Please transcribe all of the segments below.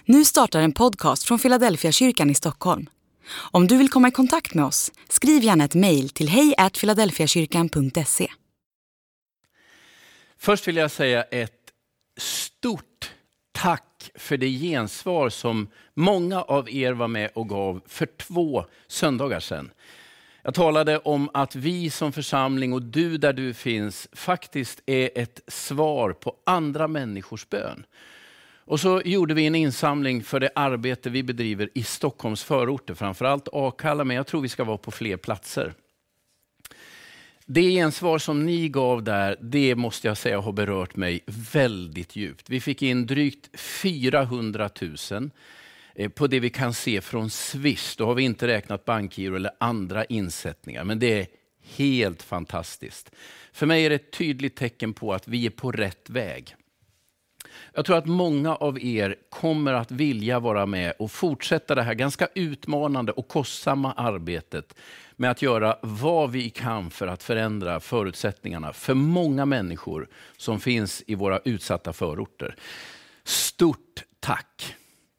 Nu startar en podcast från Philadelphia kyrkan i Stockholm. Om du vill komma i kontakt med oss, skriv gärna ett mejl till hej@philadelphiakyrkan.se. Först vill jag säga ett stort tack för det gensvar som många av er var med och gav för 2 söndagar sedan. Jag talade om att vi som församling och du där du finns faktiskt är ett svar på andra människors bön. Och så gjorde vi en insamling för det arbete vi bedriver i Stockholms förorter, framförallt Akalla, men jag tror vi ska vara på fler platser. Det gensvar som ni gav där, det måste jag säga har berört mig väldigt djupt. Vi fick in drygt 400 000 på det vi kan se från Swish. Då har vi inte räknat bankgiro eller andra insättningar, men det är helt fantastiskt. För mig är det ett tydligt tecken på att vi är på rätt väg. Jag tror att många av er kommer att vilja vara med och fortsätta det här ganska utmanande och kostsamma arbetet med att göra vad vi kan för att förändra förutsättningarna för många människor som finns i våra utsatta förorter. Stort tack!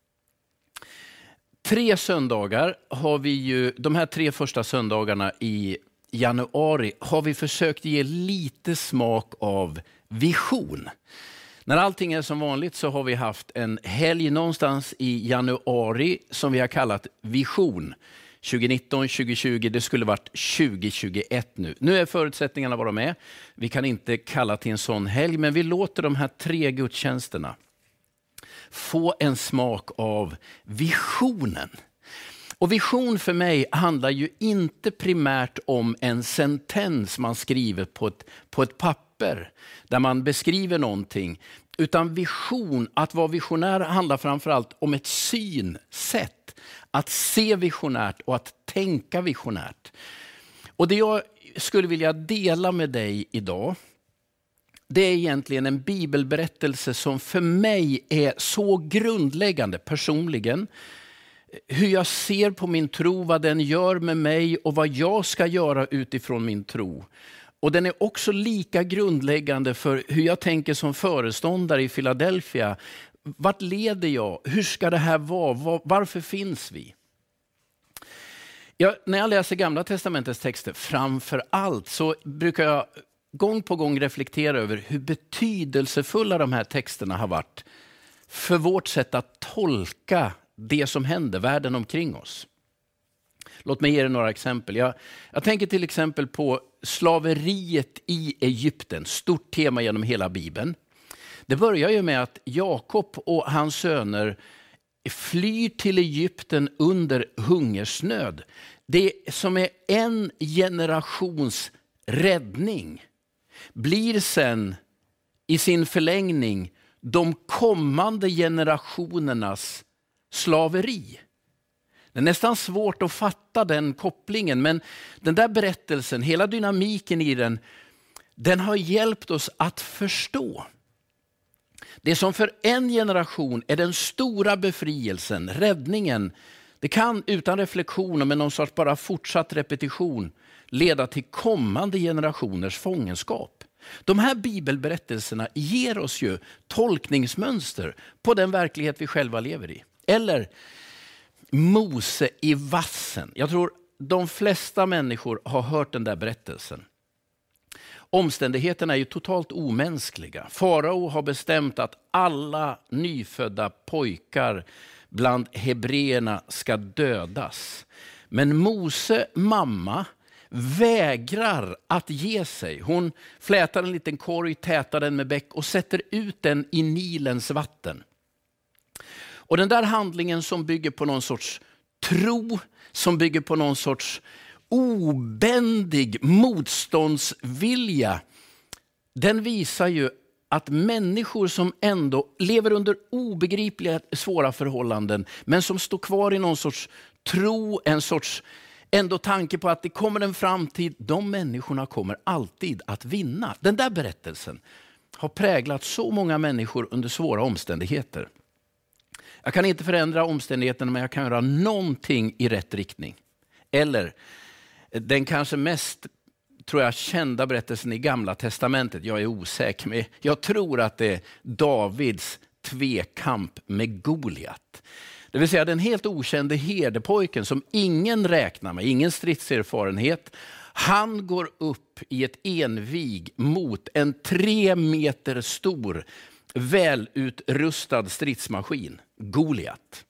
3 söndagar har vi ju, de här 3 första söndagarna i januari har vi försökt ge lite smak av vision. När allting är som vanligt så har vi haft en helg någonstans i januari som vi har kallat Vision. 2019, 2020, det skulle varit 2021 nu. Nu är förutsättningarna vara med. Vi kan inte kalla till en sån helg, men vi låter de här 3 gudstjänsterna få en smak av visionen. Och vision för mig handlar ju inte primärt om en sentens man skriver på ett papper där man beskriver någonting. Utan vision, att vara visionär handlar framförallt om ett synsätt. Att se visionärt och att tänka visionärt. Och det jag skulle vilja dela med dig idag, det är egentligen en bibelberättelse som för mig är så grundläggande personligen. Hur jag ser på min tro, vad den gör med mig och vad jag ska göra utifrån min tro. Och den är också lika grundläggande för hur jag tänker som föreståndare i Philadelphia. Vart leder jag? Hur ska det här vara? Varför finns vi? När jag läser Gamla testamentets texter framför allt så brukar jag gång på gång reflektera över hur betydelsefulla de här texterna har varit för vårt sätt att tolka det som händer, världen omkring oss. Låt mig ge er några exempel. Jag tänker till exempel på slaveriet i Egypten, stort tema genom hela Bibeln. Det börjar ju med att Jakob och hans söner flyr till Egypten under hungersnöd. Det som är en generations räddning blir sen i sin förlängning de kommande generationernas slaveri. Det är nästan svårt att fatta den kopplingen, men den där berättelsen, hela dynamiken i den har hjälpt oss att förstå. Det som för en generation är den stora befrielsen, räddningen, det kan utan reflektion och med någon sorts bara fortsatt repetition leda till kommande generationers fångenskap. De här bibelberättelserna ger oss ju tolkningsmönster på den verklighet vi själva lever i. Eller Mose i vassen. Jag tror de flesta människor har hört den där berättelsen. Omständigheterna är ju totalt omänskliga. Farao har bestämt att alla nyfödda pojkar bland hebreerna ska dödas. Men Mose mamma vägrar att ge sig. Hon flätar en liten korg, tätar den med bäck och sätter ut den i Nilens vatten. Och den där handlingen som bygger på någon sorts tro, som bygger på någon sorts obändig motståndsvilja, den visar ju att människor som ändå lever under obegripliga svåra förhållanden, men som står kvar i någon sorts tro, en sorts ändå tanke på att det kommer en framtid, de människorna kommer alltid att vinna. Den där berättelsen har präglat så många människor under svåra omständigheter. Jag kan inte förändra omständigheterna, men jag kan göra någonting i rätt riktning. Eller den kanske mest, tror jag, kända berättelsen i Gamla testamentet. Jag är osäker, men jag tror att det är Davids tvekamp med Goliat. Det vill säga den helt okände herdepojken som ingen räknar med, ingen stridserfarenhet. Han går upp i ett envig mot en 3 meter stor, välutrustad stridsmaskin, Goliat.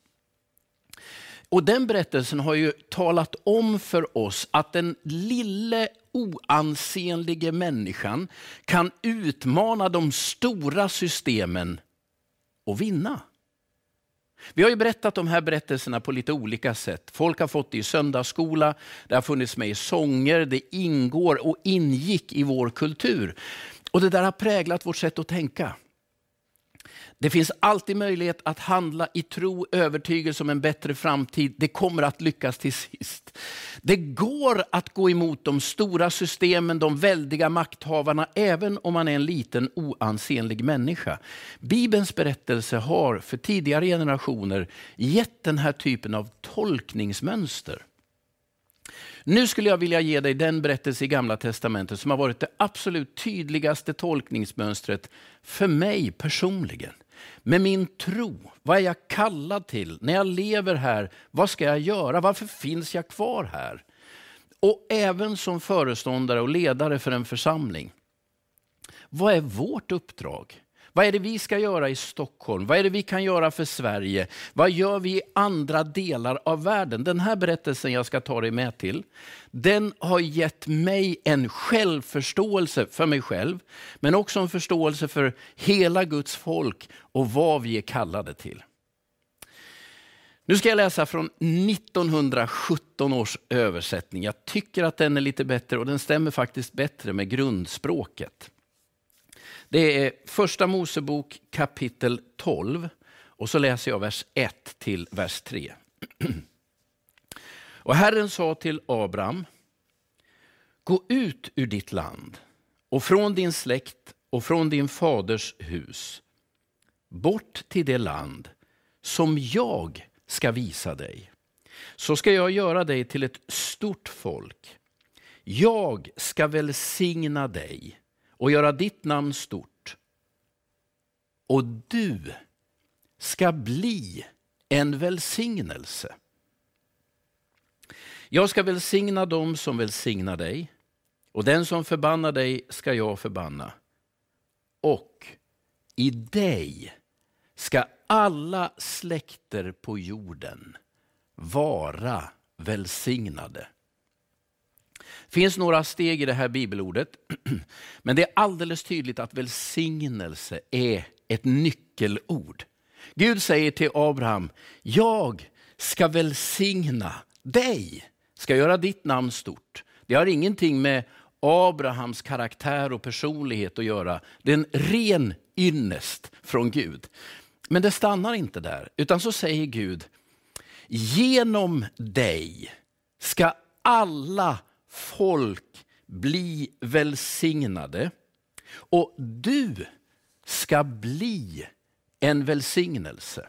Och den berättelsen har ju talat om för oss att den lille oansenlige människan kan utmana de stora systemen och vinna. Vi har ju berättat de här berättelserna på lite olika sätt. Folk har fått det i söndagsskola, det har funnits med i sånger, det ingår och ingick i vår kultur. Och det där har präglat vårt sätt att tänka. Det finns alltid möjlighet att handla i tro, övertygelse om en bättre framtid. Det kommer att lyckas till sist. Det går att gå emot de stora systemen, de väldiga makthavarna, även om man är en liten oansenlig människa. Bibelns berättelse har för tidigare generationer gett den här typen av tolkningsmönster. Nu skulle jag vilja ge dig den berättelse i Gamla testamentet som har varit det absolut tydligaste tolkningsmönstret för mig personligen. Med min tro, vad är jag kallad till? När jag lever här, vad ska jag göra? Varför finns jag kvar här? Och även som föreståndare och ledare för en församling. Vad är vårt uppdrag? Vad är det vi ska göra i Stockholm? Vad är det vi kan göra för Sverige? Vad gör vi i andra delar av världen? Den här berättelsen jag ska ta dig med till, den har gett mig en självförståelse för mig själv, men också en förståelse för hela Guds folk och vad vi är kallade till. Nu ska jag läsa från 1917 års översättning. Jag tycker att den är lite bättre och den stämmer faktiskt bättre med grundspråket. Det är första Mosebok kapitel 12 och så läser jag vers 1 till vers 3. Och Herren sa till Abraham: gå ut ur ditt land och från din släkt och från din faders hus, bort till det land som jag ska visa dig. Så ska jag göra dig till ett stort folk. Jag ska välsigna dig och göra ditt namn stort. Och du ska bli en välsignelse. Jag ska välsigna dem som välsignar dig, och den som förbannar dig ska jag förbanna. Och i dig ska alla släkter på jorden vara välsignade. Det finns några steg i det här bibelordet, men det är alldeles tydligt att välsignelse är ett nyckelord. Gud säger till Abraham: jag ska välsigna dig, ska göra ditt namn stort. Det har ingenting med Abrahams karaktär och personlighet att göra. Det är en ren ynnest från Gud. Men det stannar inte där, utan så säger Gud: genom dig ska alla folk bli välsignade, och du ska bli en välsignelse.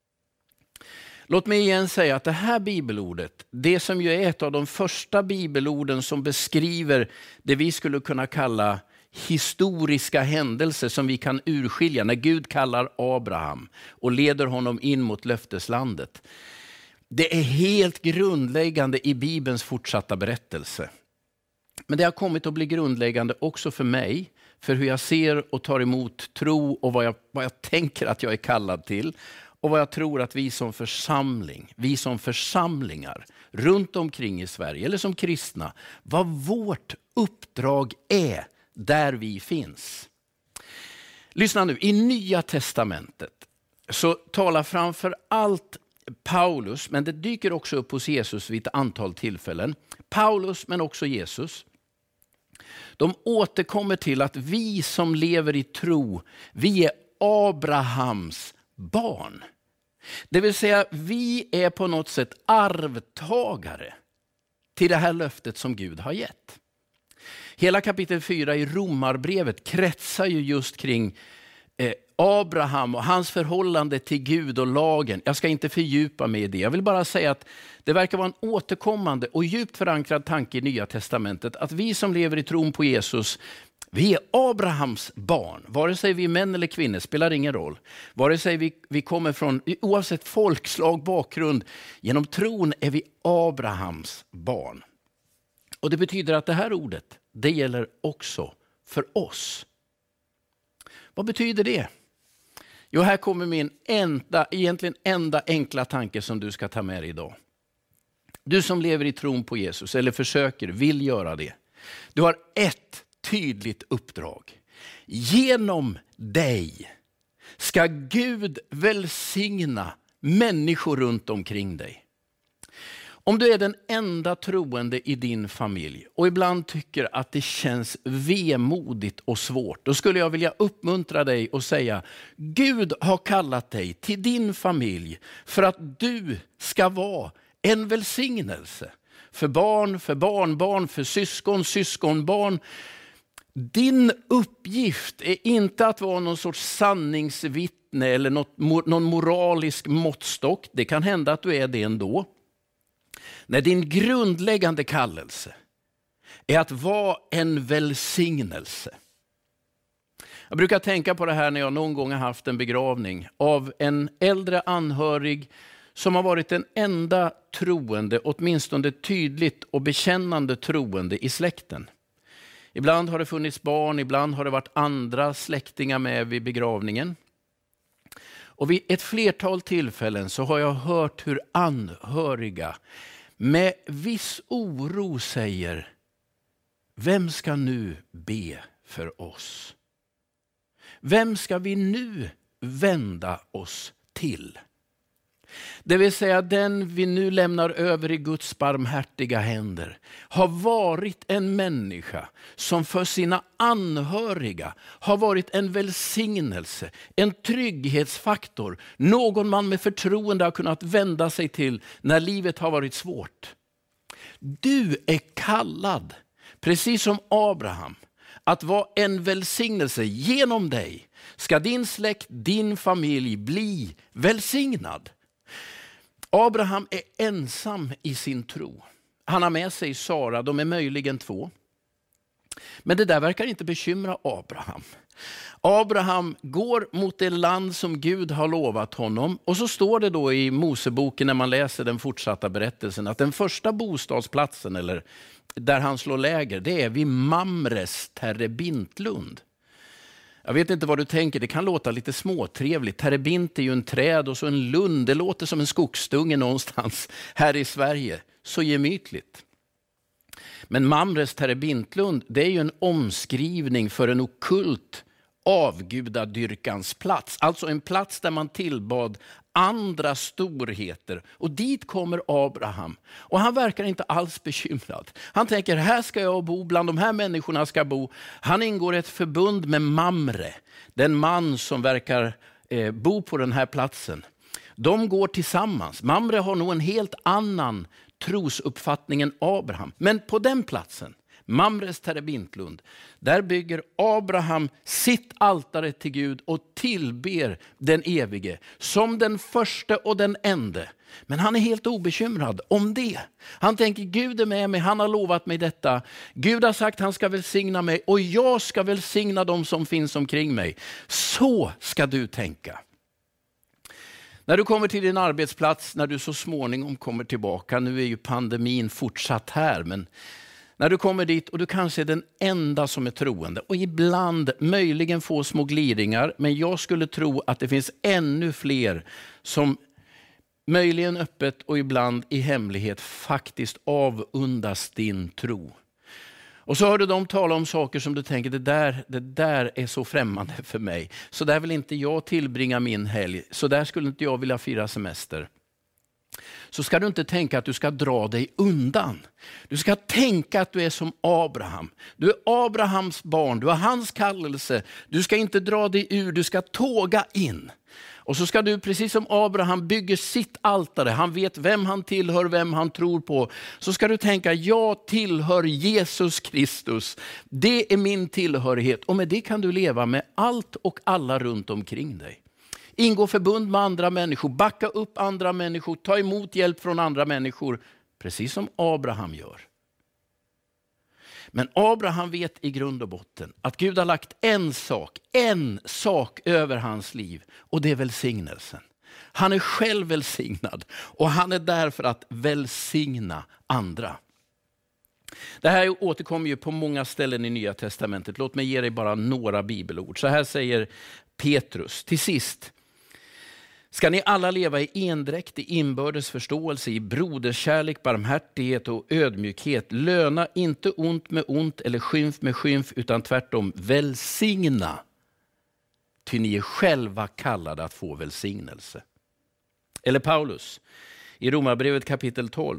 Låt mig igen säga att det här bibelordet, det som ju är ett av de första bibelorden som beskriver det vi skulle kunna kalla historiska händelser som vi kan urskilja när Gud kallar Abraham och leder honom in mot löfteslandet. Det är helt grundläggande i Bibelns fortsatta berättelse. Men det har kommit att bli grundläggande också för mig, för hur jag ser och tar emot tro och vad jag tänker att jag är kallad till. Och vad jag tror att vi som församling, vi som församlingar runt omkring i Sverige eller som kristna, vad vårt uppdrag är där vi finns. Lyssna nu, i Nya testamentet så talar framför allt Paulus, men det dyker också upp hos Jesus vid ett antal tillfällen. Paulus men också Jesus. De återkommer till att vi som lever i tro, vi är Abrahams barn. Det vill säga vi är på något sätt arvtagare till det här löftet som Gud har gett. Hela kapitel 4 i Romarbrevet kretsar ju just kring Abraham och hans förhållande till Gud och lagen. Jag ska inte fördjupa mig i det. Jag vill bara säga att det verkar vara en återkommande och djupt förankrad tanke i Nya testamentet att vi som lever i tron på Jesus, Vi är Abrahams barn, vare sig vi är män eller kvinnor, spelar ingen roll. Vare sig vi kommer från, oavsett folkslag, bakgrund, genom tron är vi Abrahams barn. Och det betyder att det här ordet, det gäller också för oss. Vad betyder det? Jo, här kommer min egentligen enda enkla tanke som du ska ta med dig idag. Du som lever i tron på Jesus, eller försöker, vill göra det. Du har ett tydligt uppdrag. Genom dig ska Gud välsigna människor runt omkring dig. Om du är den enda troende i din familj och ibland tycker att det känns vemodigt och svårt, då skulle jag vilja uppmuntra dig och säga: Gud har kallat dig till din familj för att du ska vara en välsignelse. För barn, för barnbarn, för syskon, syskonbarn. Din uppgift är inte att vara någon sorts sanningsvittne eller någon moralisk måttstock. Det kan hända att du är det ändå. När din grundläggande kallelse är att vara en välsignelse. Jag brukar tänka på det här när jag någon gång har haft en begravning av en äldre anhörig som har varit den enda troende, åtminstone tydligt och bekännande troende i släkten. Ibland har det funnits barn, ibland har det varit andra släktingar med vid begravningen. Och vid ett flertal tillfällen så har jag hört hur anhöriga med viss oro säger: vem ska nu be för oss? Vem ska vi nu vända oss till? Det vill säga, den vi nu lämnar över i Guds barmhärtiga händer har varit en människa som för sina anhöriga har varit en välsignelse, en trygghetsfaktor. Någon man med förtroende har kunnat vända sig till när livet har varit svårt. Du är kallad, precis som Abraham, att vara en välsignelse. Genom dig ska din släkt, din familj bli välsignad. Abraham är ensam i sin tro. Han har med sig Sara, de är möjligen 2. Men det där verkar inte bekymra Abraham. Abraham går mot det land som Gud har lovat honom. Och så står det då i Moseboken när man läser den fortsatta berättelsen att den första bostadsplatsen, eller där han slår läger, det är vid Mamres terebintlund. Jag vet inte vad du tänker, det kan låta lite småtrevligt. Terebint är ju en träd och så en lund, det låter som en skogsdunge någonstans här i Sverige. Så gemytligt. Men Mamres terebintlund, det är ju en omskrivning för en okult avgudadyrkans plats. Alltså en plats där man tillbad andra storheter. Och dit kommer Abraham. Och han verkar inte alls bekymrad. Han tänker, här ska jag bo, bland de här människorna ska bo. Han ingår ett förbund med Mamre, den man som verkar bo på den här platsen. De går tillsammans. Mamre har nog en helt annan trosuppfattning än Abraham. Men på den platsen, Mamres terebintlund, där bygger Abraham sitt altare till Gud och tillber den evige som den första och den ende. Men han är helt obekymrad om det. Han tänker, Gud är med mig, han har lovat mig detta. Gud har sagt han ska välsigna mig och jag ska välsigna dem som finns omkring mig. Så ska du tänka. När du kommer till din arbetsplats, när du så småningom kommer tillbaka, nu är ju pandemin fortsatt här, men när du kommer dit och du kanske är den enda som är troende och ibland möjligen får små gliringar, men jag skulle tro att det finns ännu fler som möjligen öppet och ibland i hemlighet faktiskt avundas din tro. Och så hör du dem tala om saker som du tänker, det där är så främmande för mig. Så där vill inte jag tillbringa min helg. Så där skulle inte jag vilja fira semester. Så ska du inte tänka att du ska dra dig undan. Du ska tänka att du är som Abraham. Du är Abrahams barn, du har hans kallelse. Du ska inte dra dig ur, du ska tåga in. Och så ska du, precis som Abraham bygger sitt altare, han vet vem han tillhör, vem han tror på. Så ska du tänka, jag tillhör Jesus Kristus. Det är min tillhörighet och med det kan du leva med allt och alla runt omkring dig. Ingå förbund med andra människor, backa upp andra människor, ta emot hjälp från andra människor. Precis som Abraham gör. Men Abraham vet i grund och botten att Gud har lagt en sak över hans liv, och det är välsignelsen. Han är själv välsignad och han är där för att välsigna andra. Det här återkommer ju på många ställen i Nya testamentet. Låt mig ge dig bara några bibelord. Så här säger Petrus: till sist ska ni alla leva i endräkt, i inbördes förståelse, i broderskärlek, barmhärtighet och ödmjukhet. Löna inte ont med ont eller skymf med skymf, utan tvärtom välsigna. Ty ni är själva kallade att få välsignelse. Eller Paulus i Romarbrevet kapitel 12.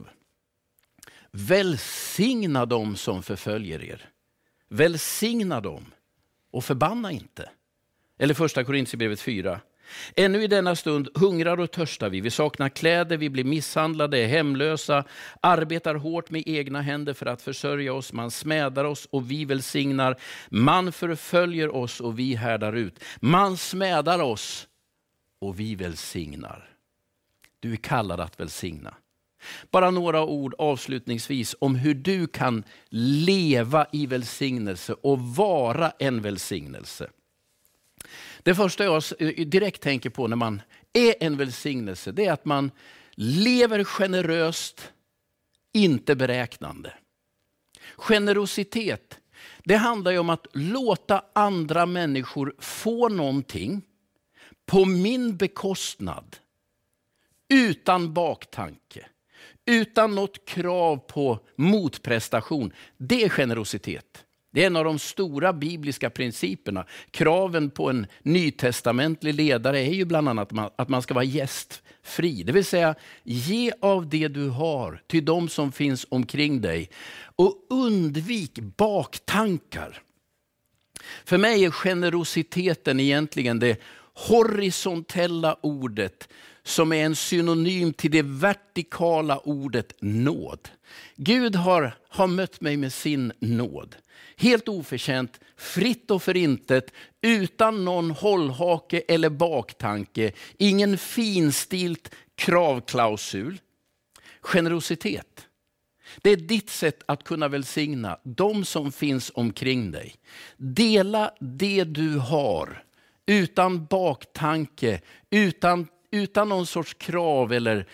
Välsigna dem som förföljer er. Välsigna dem och förbanna inte. Eller första Korinthierbrevet 4. Ännu i denna stund hungrar och törstar vi saknar kläder, vi blir misshandlade, är hemlösa, arbetar hårt med egna händer för att försörja oss, man smädar oss och vi välsignar, man förföljer oss och vi härdar ut, man smädar oss och vi välsignar. Du är kallad att välsigna. Bara några ord avslutningsvis om hur du kan leva i välsignelse och vara en välsignelse. Det första jag direkt tänker på när man är en välsignelse, det är att man lever generöst, inte beräknande. Generositet, det handlar ju om att låta andra människor få någonting på min bekostnad, utan baktanke, utan något krav på motprestation. Det är generositet. Det är en av de stora bibliska principerna. Kraven på en nytestamentlig ledare är ju bland annat att man ska vara gästfri. Det vill säga, ge av det du har till de som finns omkring dig. Och undvik baktankar. För mig är generositeten egentligen det horisontella ordet som är en synonym till det vertikala ordet nåd. Gud har mött mig med sin nåd. Helt oförtjänt, fritt och förintet, utan någon hållhake eller baktanke. Ingen finstilt kravklausul. Generositet. Det är ditt sätt att kunna välsigna de som finns omkring dig. Dela det du har utan baktanke, utan någon sorts krav eller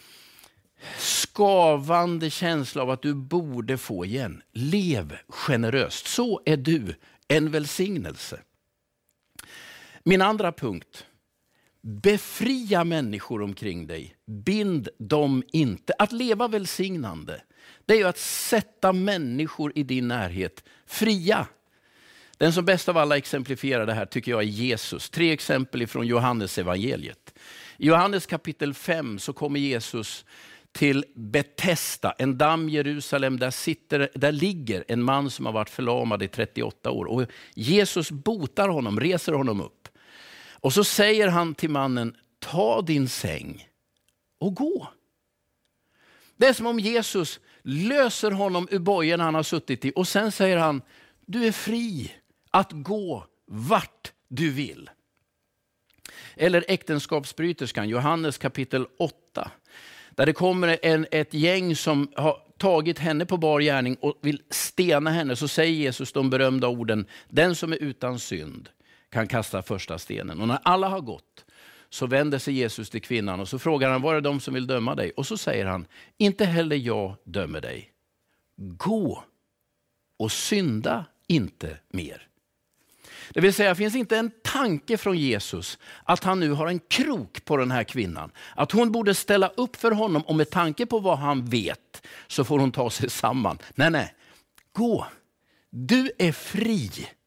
skavande känsla av att du borde få igen. Lev generöst. Så är du en välsignelse. Min andra punkt. Befria människor omkring dig. Bind dem inte. Att leva välsignande, det är ju att sätta människor i din närhet fria. Den som bäst av alla exemplifierar det här tycker jag är Jesus. 3 exempel ifrån Johannes evangeliet. I Johannes kapitel 5 så kommer Jesus till Betesda, en damm i Jerusalem. Där ligger en man som har varit förlamad i 38 år. Och Jesus botar honom, reser honom upp. Och så säger han till mannen: ta din säng och gå. Det är som om Jesus löser honom ur bojen han har suttit i. Och sen säger han: du är fri att gå vart du vill. Eller äktenskapsbryterskan, Johannes kapitel 8. Där det kommer ett gäng som har tagit henne på bar gärning och vill stena henne. Så säger Jesus de berömda orden: den som är utan synd kan kasta första stenen. Och när alla har gått så vänder sig Jesus till kvinnan och så frågar han: var är de som vill döma dig? Och så säger han: inte heller jag dömer dig. Gå och synda inte mer. Det vill säga, finns inte en tanke från Jesus att han nu har en krok på den här kvinnan. Att hon borde ställa upp för honom, och med tanke på vad han vet så får hon ta sig samman. Nej, gå. Du är fri.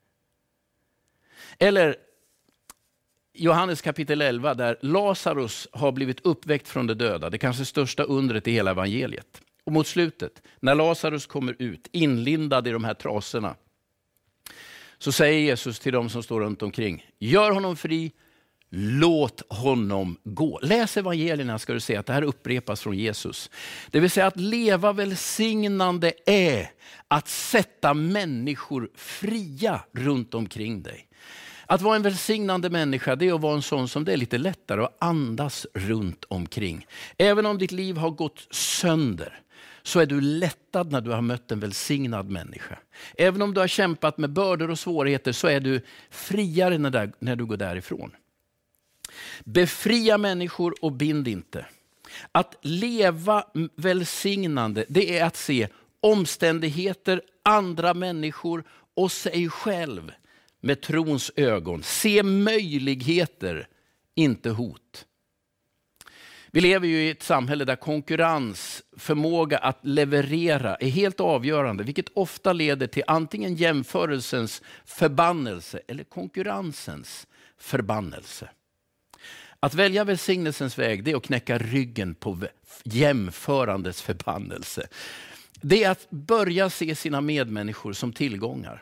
Eller Johannes kapitel 11 där Lazarus har blivit uppväckt från de döda. Det kanske största undret i hela evangeliet. Och mot slutet, när Lazarus kommer ut inlindad i de här trasorna, så säger Jesus till de som står runt omkring: gör honom fri, låt honom gå. Läs evangelierna ska du se att det här upprepas från Jesus. Det vill säga att leva välsignande är att sätta människor fria runt omkring dig. Att vara en välsignande människa, det är att vara en sån som det är lite lättare att andas runt omkring. Även om ditt liv har gått sönder, så är du lättad när du har mött en välsignad människa. Även om du har kämpat med bördor och svårigheter, så är du friare när du går därifrån. Befria människor och bind inte. Att leva välsignande, det är att se omständigheter, andra människor och sig själv med trons ögon. Se möjligheter, inte hot. Vi lever ju i ett samhälle där konkurrens, förmåga att leverera är helt avgörande, vilket ofta leder till antingen jämförelsens förbannelse eller konkurrensens förbannelse. Att välja välsignelsens väg, det är att knäcka ryggen på jämförandets förbannelse. Det är att börja se sina medmänniskor som tillgångar.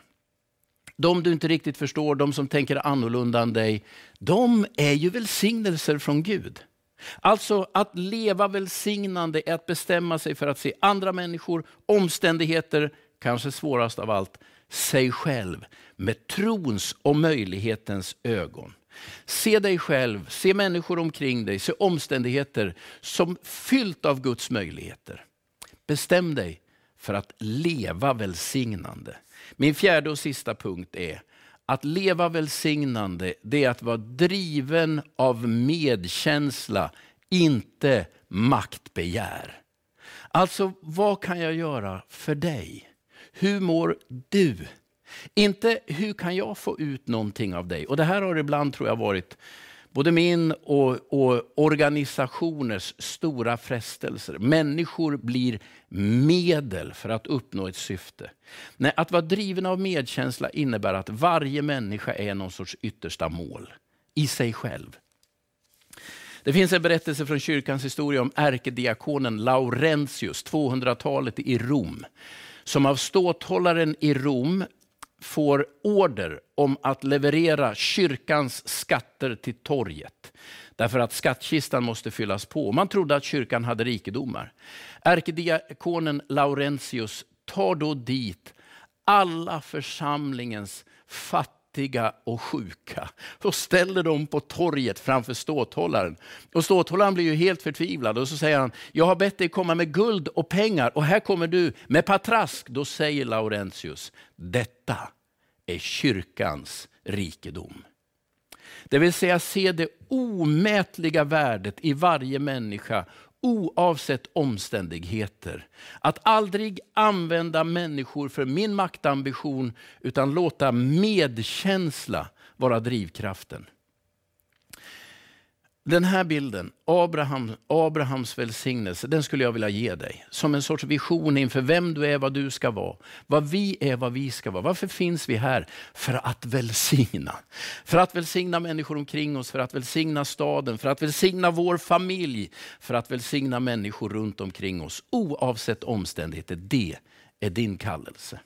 De du inte riktigt förstår, de som tänker annorlunda än dig, de är ju välsignelser från Gud. Alltså att leva välsignande är att bestämma sig för att se andra människor, omständigheter, kanske svårast av allt, sig själv med trons och möjlighetens ögon. Se dig själv, se människor omkring dig, se omständigheter som fyllt av Guds möjligheter. Bestäm dig för att leva välsignande. Min fjärde och sista punkt är att leva välsignande, det är att vara driven av medkänsla, inte maktbegär. Alltså, vad kan jag göra för dig? Hur mår du? Inte hur kan jag få ut någonting av dig? Och det här har ibland, tror jag, varit både min och organisationers stora frestelser. Människor blir medel för att uppnå ett syfte. Nej, att vara driven av medkänsla innebär att varje människa är någon sorts yttersta mål i sig själv. Det finns en berättelse från kyrkans historia om ärkediakonen Laurentius, 200-talet i Rom, som av ståthållaren i Rom får order om att leverera kyrkans skatter till torget. Därför att skattkistan måste fyllas på. Man trodde att kyrkan hade rikedomar. Ärkediakonen Laurentius tar då dit alla församlingens fattiga och sjuka och ställer dem på torget framför ståthållaren. Och ståthållaren blir ju helt förtvivlad och så säger han: jag har bett dig komma med guld och pengar och här kommer du med patrask. Då säger Laurentius: detta är kyrkans rikedom. Det vill säga, se det omätliga värdet i varje människa oavsett omständigheter. Att aldrig använda människor för min maktambition, utan låta medkänsla vara drivkraften. Den här bilden, Abrahams välsignelse, den skulle jag vilja ge dig. Som en sorts vision inför vem du är, vad du ska vara. Vad vi är, vad vi ska vara. Varför finns vi här? För att välsigna. För att välsigna människor omkring oss, för att välsigna staden, för att välsigna vår familj. För att välsigna människor runt omkring oss. Oavsett omständigheter, det är din kallelse.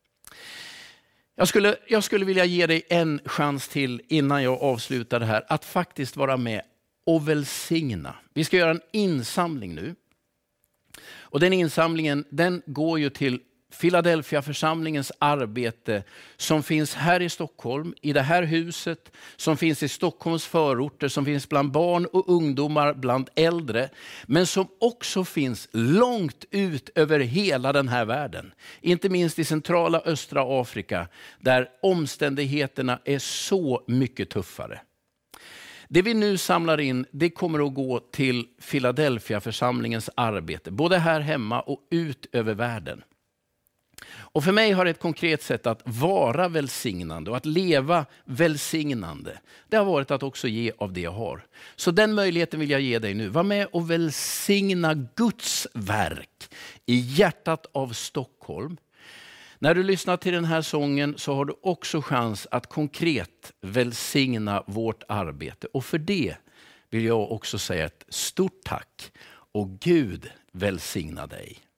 Jag skulle vilja ge dig en chans till innan jag avslutar det här. Att faktiskt vara med och välsigna. Vi ska göra en insamling nu. Och den insamlingen, den går ju till Philadelphia-församlingens arbete som finns här i Stockholm, i det här huset, som finns i Stockholms förorter, som finns bland barn och ungdomar, bland äldre, men som också finns långt ut över hela den här världen. Inte minst i centrala östra Afrika, där omständigheterna är så mycket tuffare. Det vi nu samlar in, det kommer att gå till Philadelphia-församlingens arbete, både här hemma och ut över världen. Och för mig har det ett konkret sätt att vara välsignande och att leva välsignande. Det har varit att också ge av det jag har. Så den möjligheten vill jag ge dig nu. Var med och välsigna Guds verk i hjärtat av Stockholm. När du lyssnar till den här sången så har du också chans att konkret välsigna vårt arbete. Och för det vill jag också säga ett stort tack. Och Gud välsigna dig.